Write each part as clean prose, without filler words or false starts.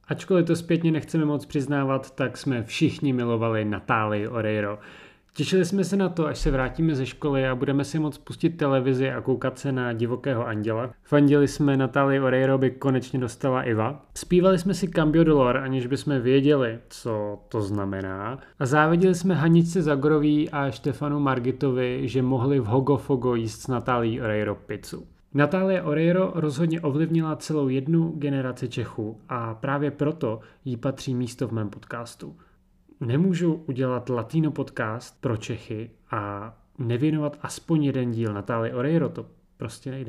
Ačkoliv to zpětně nechceme moc přiznávat, tak jsme všichni milovali Natálii Oreiro. Těšili jsme se na to, až se vrátíme ze školy a budeme si moct pustit televizi a koukat se na Divokého anděla. Fandili jsme Natálii Oreiro, by konečně dostala Iva. Zpívali jsme si Cambio Dolor, aniž bychom věděli, co to znamená. A záviděli jsme Haničce Zagorový a Štefanu Margitovi, že mohli v Hogo Fogo jíst s Natálií Oreiro pizzu. Natálie Oreiro rozhodně ovlivnila celou jednu generaci Čechů a právě proto jí patří místo v mém podcastu. Nemůžu udělat latino podcast pro Čechy a nevěnovat aspoň jeden díl Natálie Oreiro, to prostě nejde.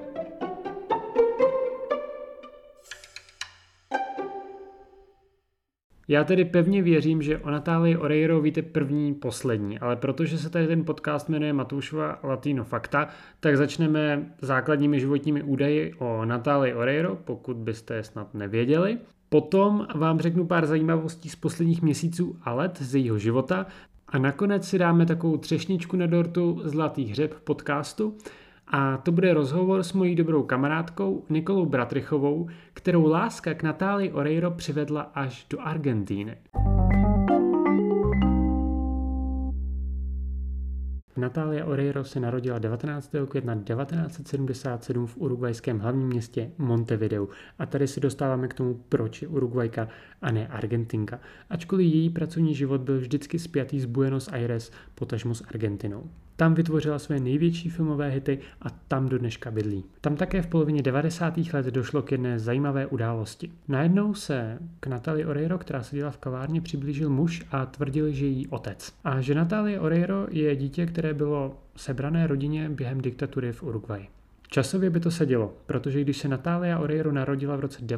Já tedy pevně věřím, že o Natálii Oreiro víte první, poslední, ale protože se tady ten podcast jmenuje Matoušova Latino Fakta, tak začneme základními životními údaji o Natálii Oreiro, pokud byste je snad nevěděli. Potom vám řeknu pár zajímavostí z posledních měsíců a let z jejího života a nakonec si dáme takovou třešničku na dortu Zlatý hřeb podcastu a to bude rozhovor s mojí dobrou kamarádkou Nikolou Bratrychovou, kterou láska k Natálii Oreiro přivedla až do Argentíny. Natália Oreiro se narodila 19. května 1977 v urugvajském hlavním městě Montevideo a tady se dostáváme k tomu, proč je Urugvajka a ne Argentinka, ačkoliv její pracovní život byl vždycky spjatý s Buenos Aires, potažmo s Argentinou. Tam vytvořila své největší filmové hity a tam do dneška bydlí. Tam také v polovině 90. let došlo k jedné zajímavé události. Najednou se k Natálii Oreiro, která seděla v kavárně, přiblížil muž a tvrdil, že je jí otec. A že Natálie Oreiro je dítě, které bylo sebrané rodině během diktatury v Urugvaji. Časově by to sedělo, protože když se Natália Oreiro narodila v roce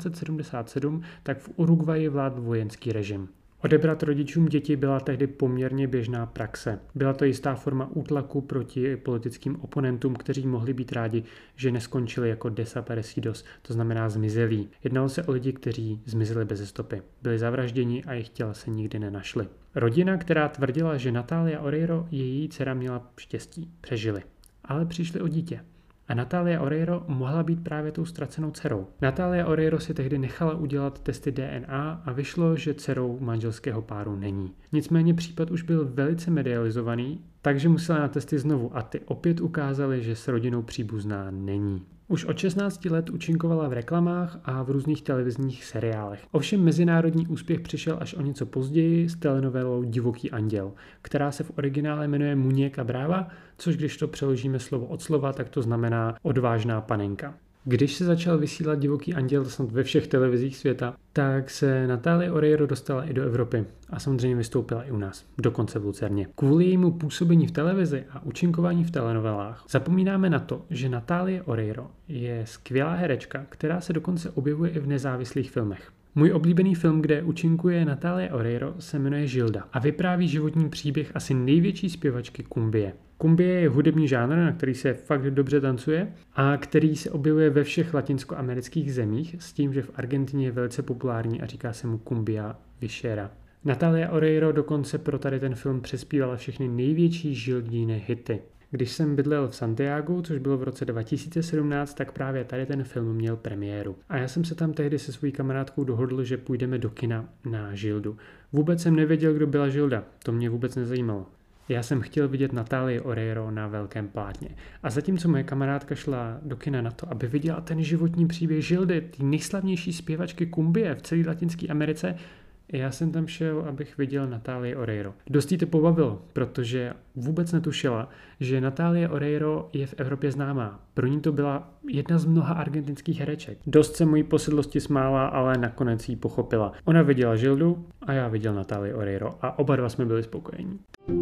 1977, tak v Urugvaji vládl vojenský režim. Odebrat rodičům děti byla tehdy poměrně běžná praxe. Byla to jistá forma útlaku proti politickým oponentům, kteří mohli být rádi, že neskončili jako desaparecidos, to znamená zmizelí. Jednalo se o lidi, kteří zmizeli bez stopy. Byli zavražděni a jejich těla se nikdy nenašly. Rodina, která tvrdila, že Natália Oreiro je její dcera, měla štěstí. Přežili. Ale přišli o dítě. A Natália Oreiro mohla být právě tou ztracenou dcerou. Natália Oreiro si tehdy nechala udělat testy DNA a vyšlo, že dcerou manželského páru není. Nicméně případ už byl velice medializovaný, takže musela na testy znovu a ty opět ukázaly, že s rodinou příbuzná není. Už od 16 let účinkovala v reklamách a v různých televizních seriálech. Ovšem mezinárodní úspěch přišel až o něco později s telenovelou Divoký anděl, která se v originále jmenuje Muñeca Brava, což když to přeložíme slovo od slova, tak to znamená odvážná panenka. Když se začal vysílat Divoký anděl snad ve všech televizích světa, tak se Natália Oreiro dostala i do Evropy a samozřejmě vystoupila i u nás, dokonce v Lucerně. Kvůli jejímu působení v televizi a účinkování v telenovelách zapomínáme na to, že Natália Oreiro je skvělá herečka, která se dokonce objevuje i v nezávislých filmech. Můj oblíbený film, kde účinkuje Natália Oreiro, se jmenuje Žilda a vypráví životní příběh asi největší zpěvačky kumbie. Kumbie je hudební žánr, na který se fakt dobře tancuje a který se objevuje ve všech latinskoamerických zemích s tím, že v Argentině je velice populární a říká se mu cumbia vishera. Natália Oreiro dokonce pro tady ten film přespívala všechny největší žildíny hity. Když jsem bydlel v Santiagu, což bylo v roce 2017, tak právě tady ten film měl premiéru. A já jsem se tam tehdy se svojí kamarádkou dohodl, že půjdeme do kina na Žildu. Vůbec jsem nevěděl, kdo byla Žilda, to mě vůbec nezajímalo. Já jsem chtěl vidět Natálii Oreiro na velkém plátně. A zatímco moje kamarádka šla do kina na to, aby viděla ten životní příběh Žildy, té nejslavnější zpěvačky kumbie v celé Latinské Americe, já jsem tam šel, abych viděl Natálii Oreiro. Dost jí to pobavilo, protože vůbec netušila, že Natália Oreiro je v Evropě známá. Pro ní to byla jedna z mnoha argentinských hereček. Dost se mojí posedlosti smála, ale nakonec jí pochopila. Ona viděla Žildu a já viděl Natálii Oreiro a oba dva jsme byli spokojení.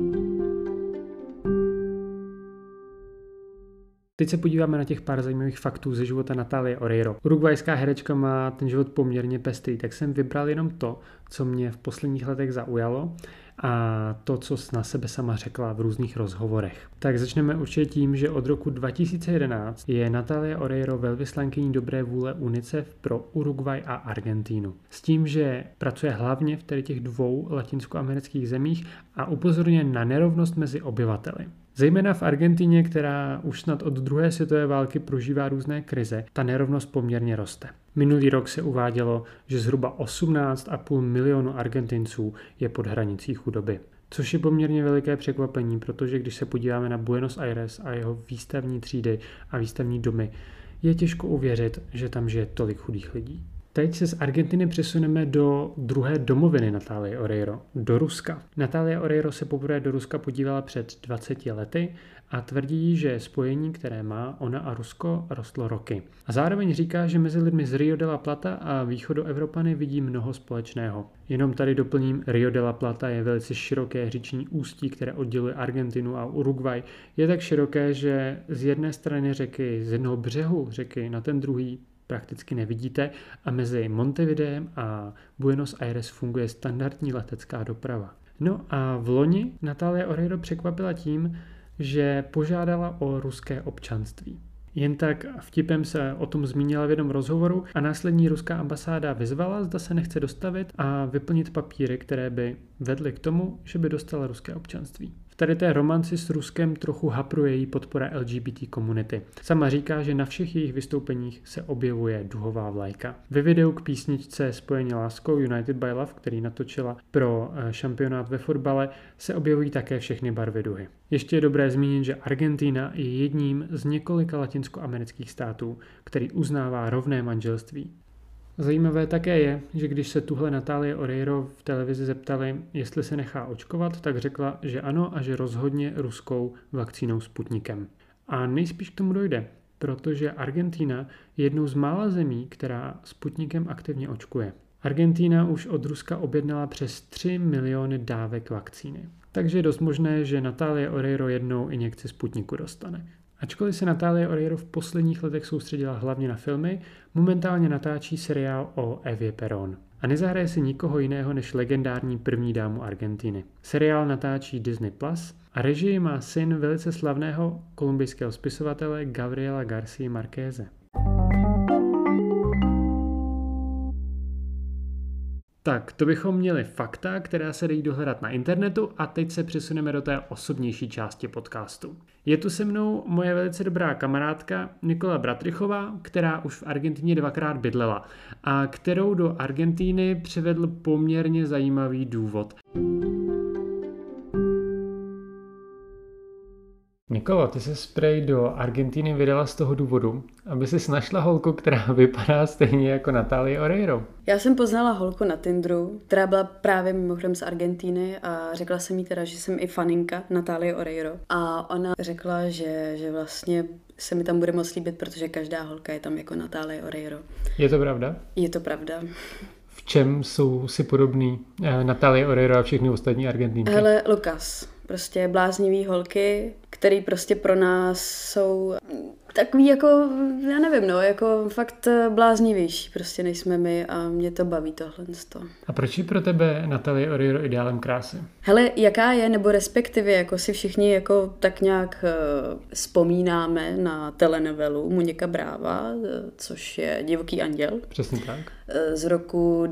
Teď se podíváme na těch pár zajímavých faktů ze života Natálie Oreiro. Urugvajská herečka má ten život poměrně pestrý, tak jsem vybral jenom to, co mě v posledních letech zaujalo a to, co na sebe sama řekla v různých rozhovorech. Tak začneme určitě tím, že od roku 2011 je Natália Oreiro velvyslankyní dobré vůle UNICEF pro Urugvaj a Argentínu. S tím, že pracuje hlavně v těch dvou latinskoamerických zemích a upozorňuje na nerovnost mezi obyvateli. Zejména v Argentině, která už snad od druhé světové války prožívá různé krize, ta nerovnost poměrně roste. Minulý rok se uvádělo, že zhruba 18,5 milionu Argentinců je pod hranicí chudoby. Což je poměrně veliké překvapení, protože když se podíváme na Buenos Aires a jeho výstavní třídy a výstavní domy, je těžko uvěřit, že tam žije tolik chudých lidí. Teď se z Argentiny přesuneme do druhé domoviny Natálie Oreiro, do Ruska. Natália Oreiro se poprvé do Ruska podívala před 20 lety a tvrdí, že spojení, které má ona a Rusko, rostlo roky. A zároveň říká, že mezi lidmi z Rio de la Plata a východoevropany vidí mnoho společného. Jenom tady doplním, Rio de la Plata je velice široké říční ústí, které odděluje Argentinu a Uruguay. Je tak široké, že z jedné strany řeky, z jednoho břehu řeky na ten druhý prakticky nevidíte a mezi Montevideem a Buenos Aires funguje standardní letecká doprava. No a v loni Natália Oreiro překvapila tím, že požádala o ruské občanství. Jen tak vtipem se o tom zmínila v jednom rozhovoru a následní ruská ambasáda vyzvala, zda se nechce dostavit a vyplnit papíry, které by vedly k tomu, že by dostala ruské občanství. V tady té romanci s Ruskem trochu hapruje její podpora LGBT komunity. Sama říká, že na všech jejich vystoupeních se objevuje duhová vlajka. Ve videu k písničce Spojení láskou United by Love, který natočila pro šampionát ve fotbale, se objevují také všechny barvy duhy. Ještě je dobré zmínit, že Argentina je jedním z několika latinskoamerických států, který uznává rovné manželství. Zajímavé také je, že když se tuhle Natálie Oreiro v televizi zeptali, jestli se nechá očkovat, tak řekla, že ano a že rozhodně ruskou vakcínou Sputnikem. A nejspíš k tomu dojde, protože Argentina je jednou z mála zemí, která Sputnikem aktivně očkuje. Argentina už od Ruska objednala přes 3 miliony dávek vakcíny. Takže je dost možné, že Natálie Oreiro jednou injekci Sputniku dostane. Ačkoliv se Natálie Oreiro v posledních letech soustředila hlavně na filmy, momentálně natáčí seriál o Evě Perón. A nezahraje si nikoho jiného než legendární první dámu Argentiny. Seriál natáčí Disney Plus a režii má syn velice slavného kolumbijského spisovatele Gabriela García Márqueze. Tak, to bychom měli fakta, která se dají dohledat na internetu a teď se přesuneme do té osobnější části podcastu. Je tu se mnou moje velice dobrá kamarádka Nikola Bratrychová, která už v Argentině 2krát bydlela a kterou do Argentíny přivedl poměrně zajímavý důvod. Nikolo, ty se prej do Argentiny vydala z toho důvodu, aby si našla holku, která vypadá stejně jako Natálie Oreiro. Já jsem poznala holku na Tinderu, která byla právě mimochodem z Argentiny a řekla jsem jí teda, že jsem i faninka Natálie Oreiro. A ona řekla, že vlastně se mi tam bude moc líbit, protože každá holka je tam jako Natálie Oreiro. Je to pravda? Je to pravda. V čem jsou si podobný Natálie Oreiro a všechny ostatní Argentínky? Hele, Lucas. Prostě bláznivý holky, který prostě pro nás jsou takový jako, já nevím, no, jako fakt bláznivější prostě nejsme my a mě to baví tohle. A proč je pro tebe Natálie Oreiro ideálem krásy? Hele, jaká je, nebo respektive, jako si všichni jako tak nějak vzpomínáme na telenovelu Muñeca Brava, což je Divoký anděl. Přesně tak. Z roku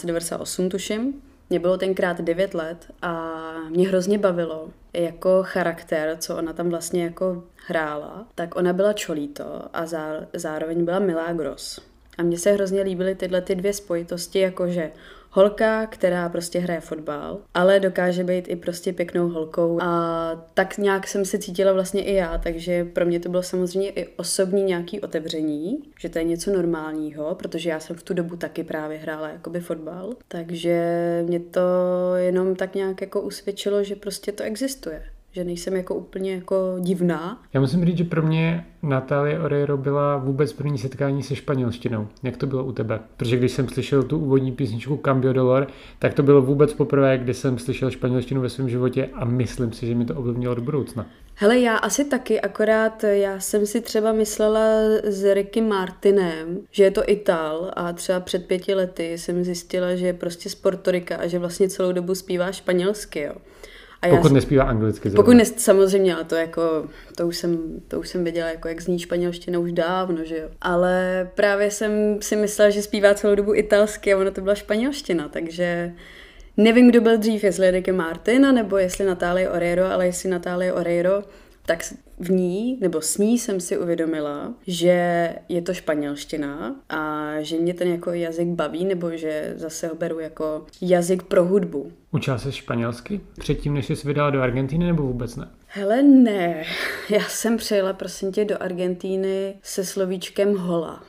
1998, tuším. Mě bylo tenkrát 9 let a mě hrozně bavilo jako charakter, co ona tam vlastně jako hrála, tak ona byla Cholito a zároveň byla Milagros. A mně se hrozně líbily tyhle ty dvě spojitosti, jakože holka, která prostě hraje fotbal, ale dokáže být i prostě pěknou holkou a tak nějak jsem se cítila vlastně i já, takže pro mě to bylo samozřejmě i osobní nějaký otevření, že to je něco normálního, protože já jsem v tu dobu taky právě hrála jakoby fotbal, takže mě to jenom tak nějak jako usvědčilo, že prostě to existuje. Že nejsem jako úplně jako divná. Já musím říct, že pro mě Natálie Oreiro byla vůbec první setkání se španělštinou. Jak to bylo u tebe? Protože když jsem slyšel tu úvodní písničku Cambio Dolor, tak to bylo vůbec poprvé, kdy jsem slyšel španělštinu ve svém životě a myslím si, že mi to ovlivnilo do budoucna. Hele, já asi taky, akorát já jsem si třeba myslela s Ricky Martinem, že je to Ital a třeba před 5 lety jsem zjistila, že je prostě z Portorika a že vlastně celou dobu zpívá španělsky, jo. Pokud nespívá anglicky. Samozřejmě, ale to už jsem věděla, jako jak zní španělština už dávno, že jo. Ale právě jsem si myslela, že zpívá celou dobu italsky a ono to byla španělština, takže nevím, kdo byl dřív, jestli Ricky Martin, nebo jestli Natálie Oreiro, ale jestli Natálie Oreiro tak v ní, nebo s ní jsem si uvědomila, že je to španělština a že mě ten jako jazyk baví, nebo že zase ho beru jako jazyk pro hudbu. Učila jsi španělsky předtím, než jsi vydala do Argentiny, nebo vůbec ne? Hele, ne. Já jsem přijela, prosím tě, do Argentíny se slovíčkem hola.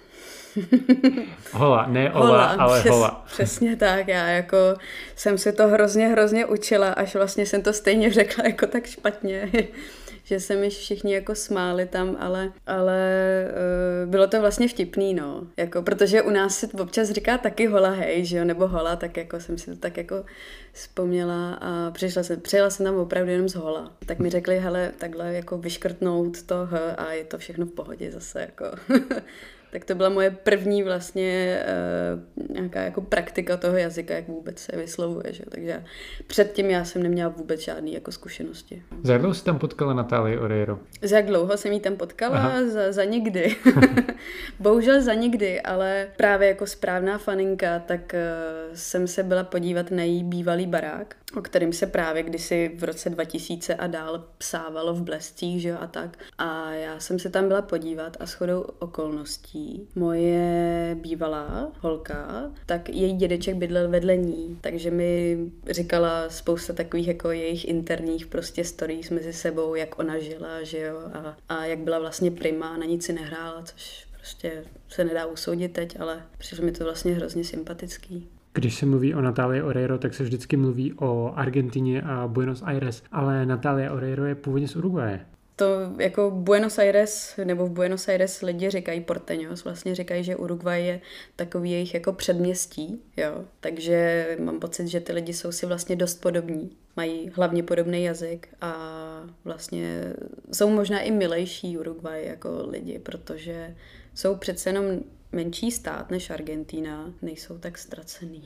Hola, ne ola, ale hola. Přesně tak, já jako jsem si to hrozně učila, až vlastně jsem to stejně řekla jako tak špatně, že se mi všichni jako smáli tam, ale bylo to vlastně vtipný, no, jako, protože u nás se občas říká taky hola hej, že jo, nebo hola, tak jako jsem si to tak jako vzpomněla a přijela jsem tam opravdu jenom z hola. Tak mi řekli, hele, takhle jako vyškrtnout to h a je to všechno v pohodě zase, jako. Tak to byla moje první vlastně nějaká jako praktika toho jazyka, jak vůbec se vyslovuje, že? Takže předtím já jsem neměla vůbec žádný jako zkušenosti. Za jak dlouho jsi tam potkala Natálii Oreiro? Za jak dlouho jsem ji tam potkala? Za nikdy. Bohužel za nikdy, ale právě jako správná faninka, tak jsem se byla podívat na její bývalý barák, o kterém se právě kdysi v roce 2000 a dál psávalo v Blescích, že jo, a tak. A já jsem se tam byla podívat a shodou okolností moje bývalá holka, tak její dědeček bydlel vedle ní, takže mi říkala spousta takových jako jejich interních prostě stories mezi sebou, jak ona žila, že jo, a jak byla vlastně prima, na nic si nehrála, což prostě se nedá usoudit teď, ale přišlo mi to vlastně hrozně sympatický. Když se mluví o Natálii Oreiro, tak se vždycky mluví o Argentině a Buenos Aires, ale Natália Oreiro je původně z Uruguaye. To jako Buenos Aires, nebo v Buenos Aires lidi říkají porteños, vlastně říkají, že Uruguay je takový jejich jako předměstí, jo. Takže mám pocit, že ty lidi jsou si vlastně dost podobní. Mají hlavně podobný jazyk a vlastně jsou možná i milejší Uruguay jako lidi, protože jsou přece jenom menší stát než Argentína, nejsou tak ztracený.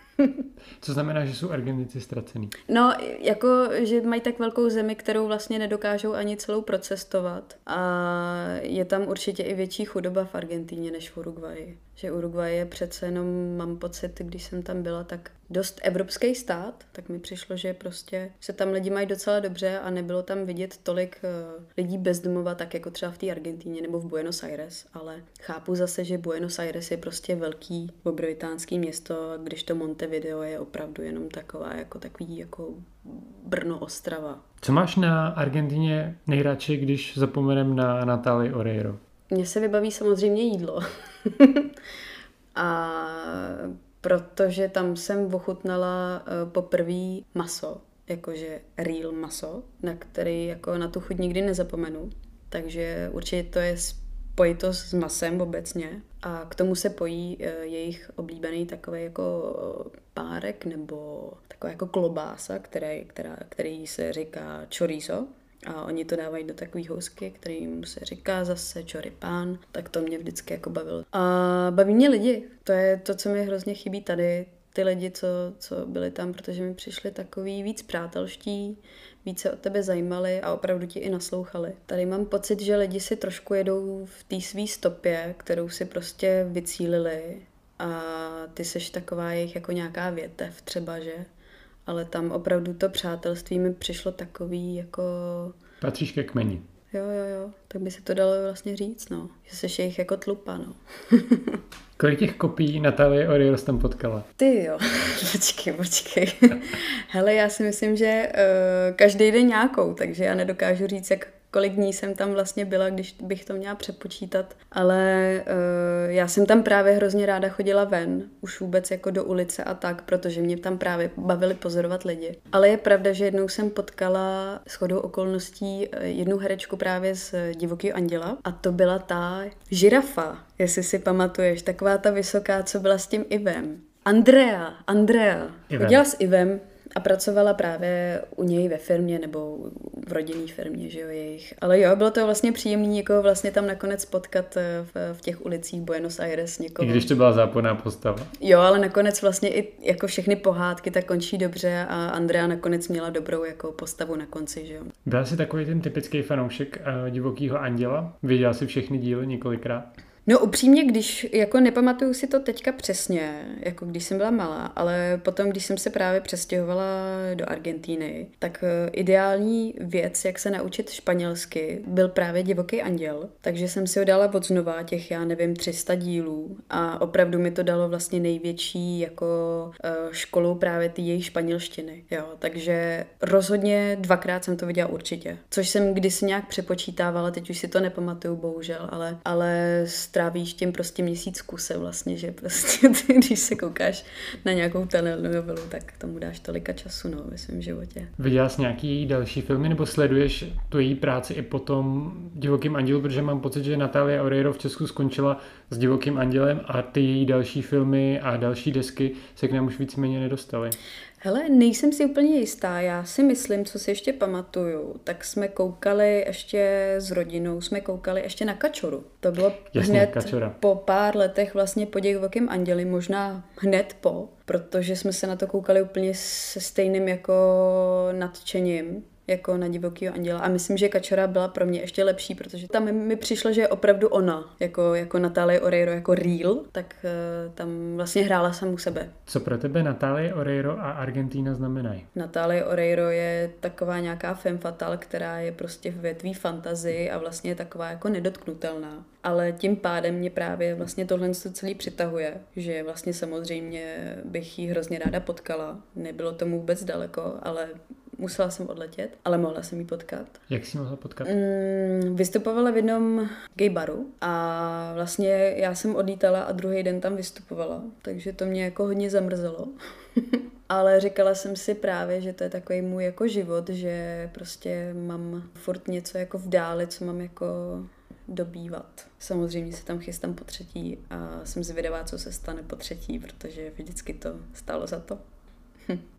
Co znamená, že jsou Argentinci ztracený? No, jako, že mají tak velkou zemi, kterou vlastně nedokážou ani celou procestovat. A je tam určitě i větší chudoba v Argentíně než v Uruguayi. Že Uruguay je přece jenom, mám pocit, když jsem tam byla, tak dost evropský stát, tak mi přišlo, že prostě se tam lidi mají docela dobře a nebylo tam vidět tolik lidí bez domova, tak jako třeba v té Argentíně nebo v Buenos Aires, ale chápu zase, že Buenos Aires je prostě velký obrovitánský město, když to Montevideo je opravdu jenom taková, jako takový jako Brno, Ostrava. Co máš na Argentině nejradši, když zapomenem na Natálii Oreiro? Mně se vybaví samozřejmě jídlo. A protože tam jsem ochutnala poprvé maso, jakože real maso, na který jako na tu chuť nikdy nezapomenu. Takže určitě to je spojitost s masem obecně. A k tomu se pojí jejich oblíbený takový jako párek nebo taková jako klobása, který se říká chorizo. A oni to dávají do takový housky, kterým se říká zase choripán, tak to mě vždycky jako bavilo. A baví mě lidi, to je to, co mi hrozně chybí tady, ty lidi, co byli tam, protože mi přišli takový víc přátelští, víc se o tebe zajímali a opravdu ti i naslouchali. Tady mám pocit, že lidi si trošku jedou v té svý stopě, kterou si prostě vycílili a ty seš taková jejich jako nějaká větev třeba, že? Ale tam opravdu to přátelství mi přišlo takový jako... Patříš ke kmeni. Jo, tak by se to dalo vlastně říct, no. Že seš jejich jako tlupa, no. Kolik těch kopií Natálie Oreiro jsi tam potkala? Ty jo, počkej. Hele, já si myslím, že každý den nějakou, takže já nedokážu říct, kolik dní jsem tam vlastně byla, když bych to měla přepočítat, ale já jsem tam právě hrozně ráda chodila ven, už vůbec jako do ulice a tak, protože mě tam právě bavili pozorovat lidi. Ale je pravda, že jednou jsem potkala shodou okolností jednu herečku právě z Divokýho anděla a to byla ta žirafa, jestli si pamatuješ, taková ta vysoká, co byla s tím Ivem. Andrea. Chodila s Ivem a pracovala právě u něj ve firmě nebo v rodinné firmě, že jo, jejich. Ale jo, bylo to vlastně příjemný někoho vlastně tam nakonec potkat v těch ulicích Buenos Aires někoho. I když to byla záporná postava. Jo, ale nakonec vlastně i jako všechny pohádky tak končí dobře a Andrea nakonec měla dobrou jako postavu na konci, že jo. Byla jsi takový ten typický fanoušek Divokýho anděla? Viděla jsi všechny díly několikrát? No upřímně, když, jako nepamatuju si to teďka přesně, jako když jsem byla malá, ale potom, když jsem se právě přestěhovala do Argentíny, tak ideální věc, jak se naučit španělsky, byl právě Divoký anděl, takže jsem si ho dala od znova těch, já nevím, 300 dílů a opravdu mi to dalo vlastně největší jako školu právě ty její španělštiny, jo, takže rozhodně 2krát jsem to viděla určitě, což jsem kdysi nějak přepočítávala, teď už si to nepamatuju, bohužel, ale strávíš tím prostě měsíc kuse vlastně, že prostě ty, když se koukáš na nějakou telenovelu, tak tomu dáš tolika času, no, ve svém životě. Viděla jsi nějaký další filmy, nebo sleduješ tu její práci i po tom Divokým andělu, protože mám pocit, že Natalia Oreiro v Česku skončila s Divokým andělem a ty její další filmy a další desky se k nám už víceméně nedostaly. Hele, nejsem si úplně jistá, já si myslím, co si ještě pamatuju, tak jsme koukali ještě s rodinou, jsme koukali ještě na Kačoru. To bylo hned Kačora. Po pár letech vlastně po Divokém anděli, možná hned po, protože jsme se na to koukali úplně se stejným jako nadšením, jako na Divokýho anděla. A myslím, že Kačora byla pro mě ještě lepší, protože tam mi přišlo, že je opravdu ona, jako Natalia Oreiro, jako real, tak tam vlastně hrála samu sebe. Co pro tebe Natalia Oreiro a Argentína znamenají? Natalia Oreiro je taková nějaká femme fatale, která je prostě v větví fantazii a vlastně je taková jako nedotknutelná. Ale tím pádem mě právě vlastně tohle celý přitahuje, že vlastně samozřejmě bych ji hrozně ráda potkala. Nebylo tomu vůbec daleko, ale musela jsem odletět, ale mohla jsem ji potkat. Jak jsi mohla potkat? Vystupovala v jednom gay baru a vlastně já jsem odlítala a druhý den tam vystupovala, takže to mě jako hodně zamrzelo. Ale říkala jsem si právě, že to je takový můj jako život, že prostě mám furt něco jako v dáli, co mám jako dobývat. Samozřejmě se tam chystám po třetí a jsem zvědavá, co se stane po třetí, protože vždycky to stálo za to.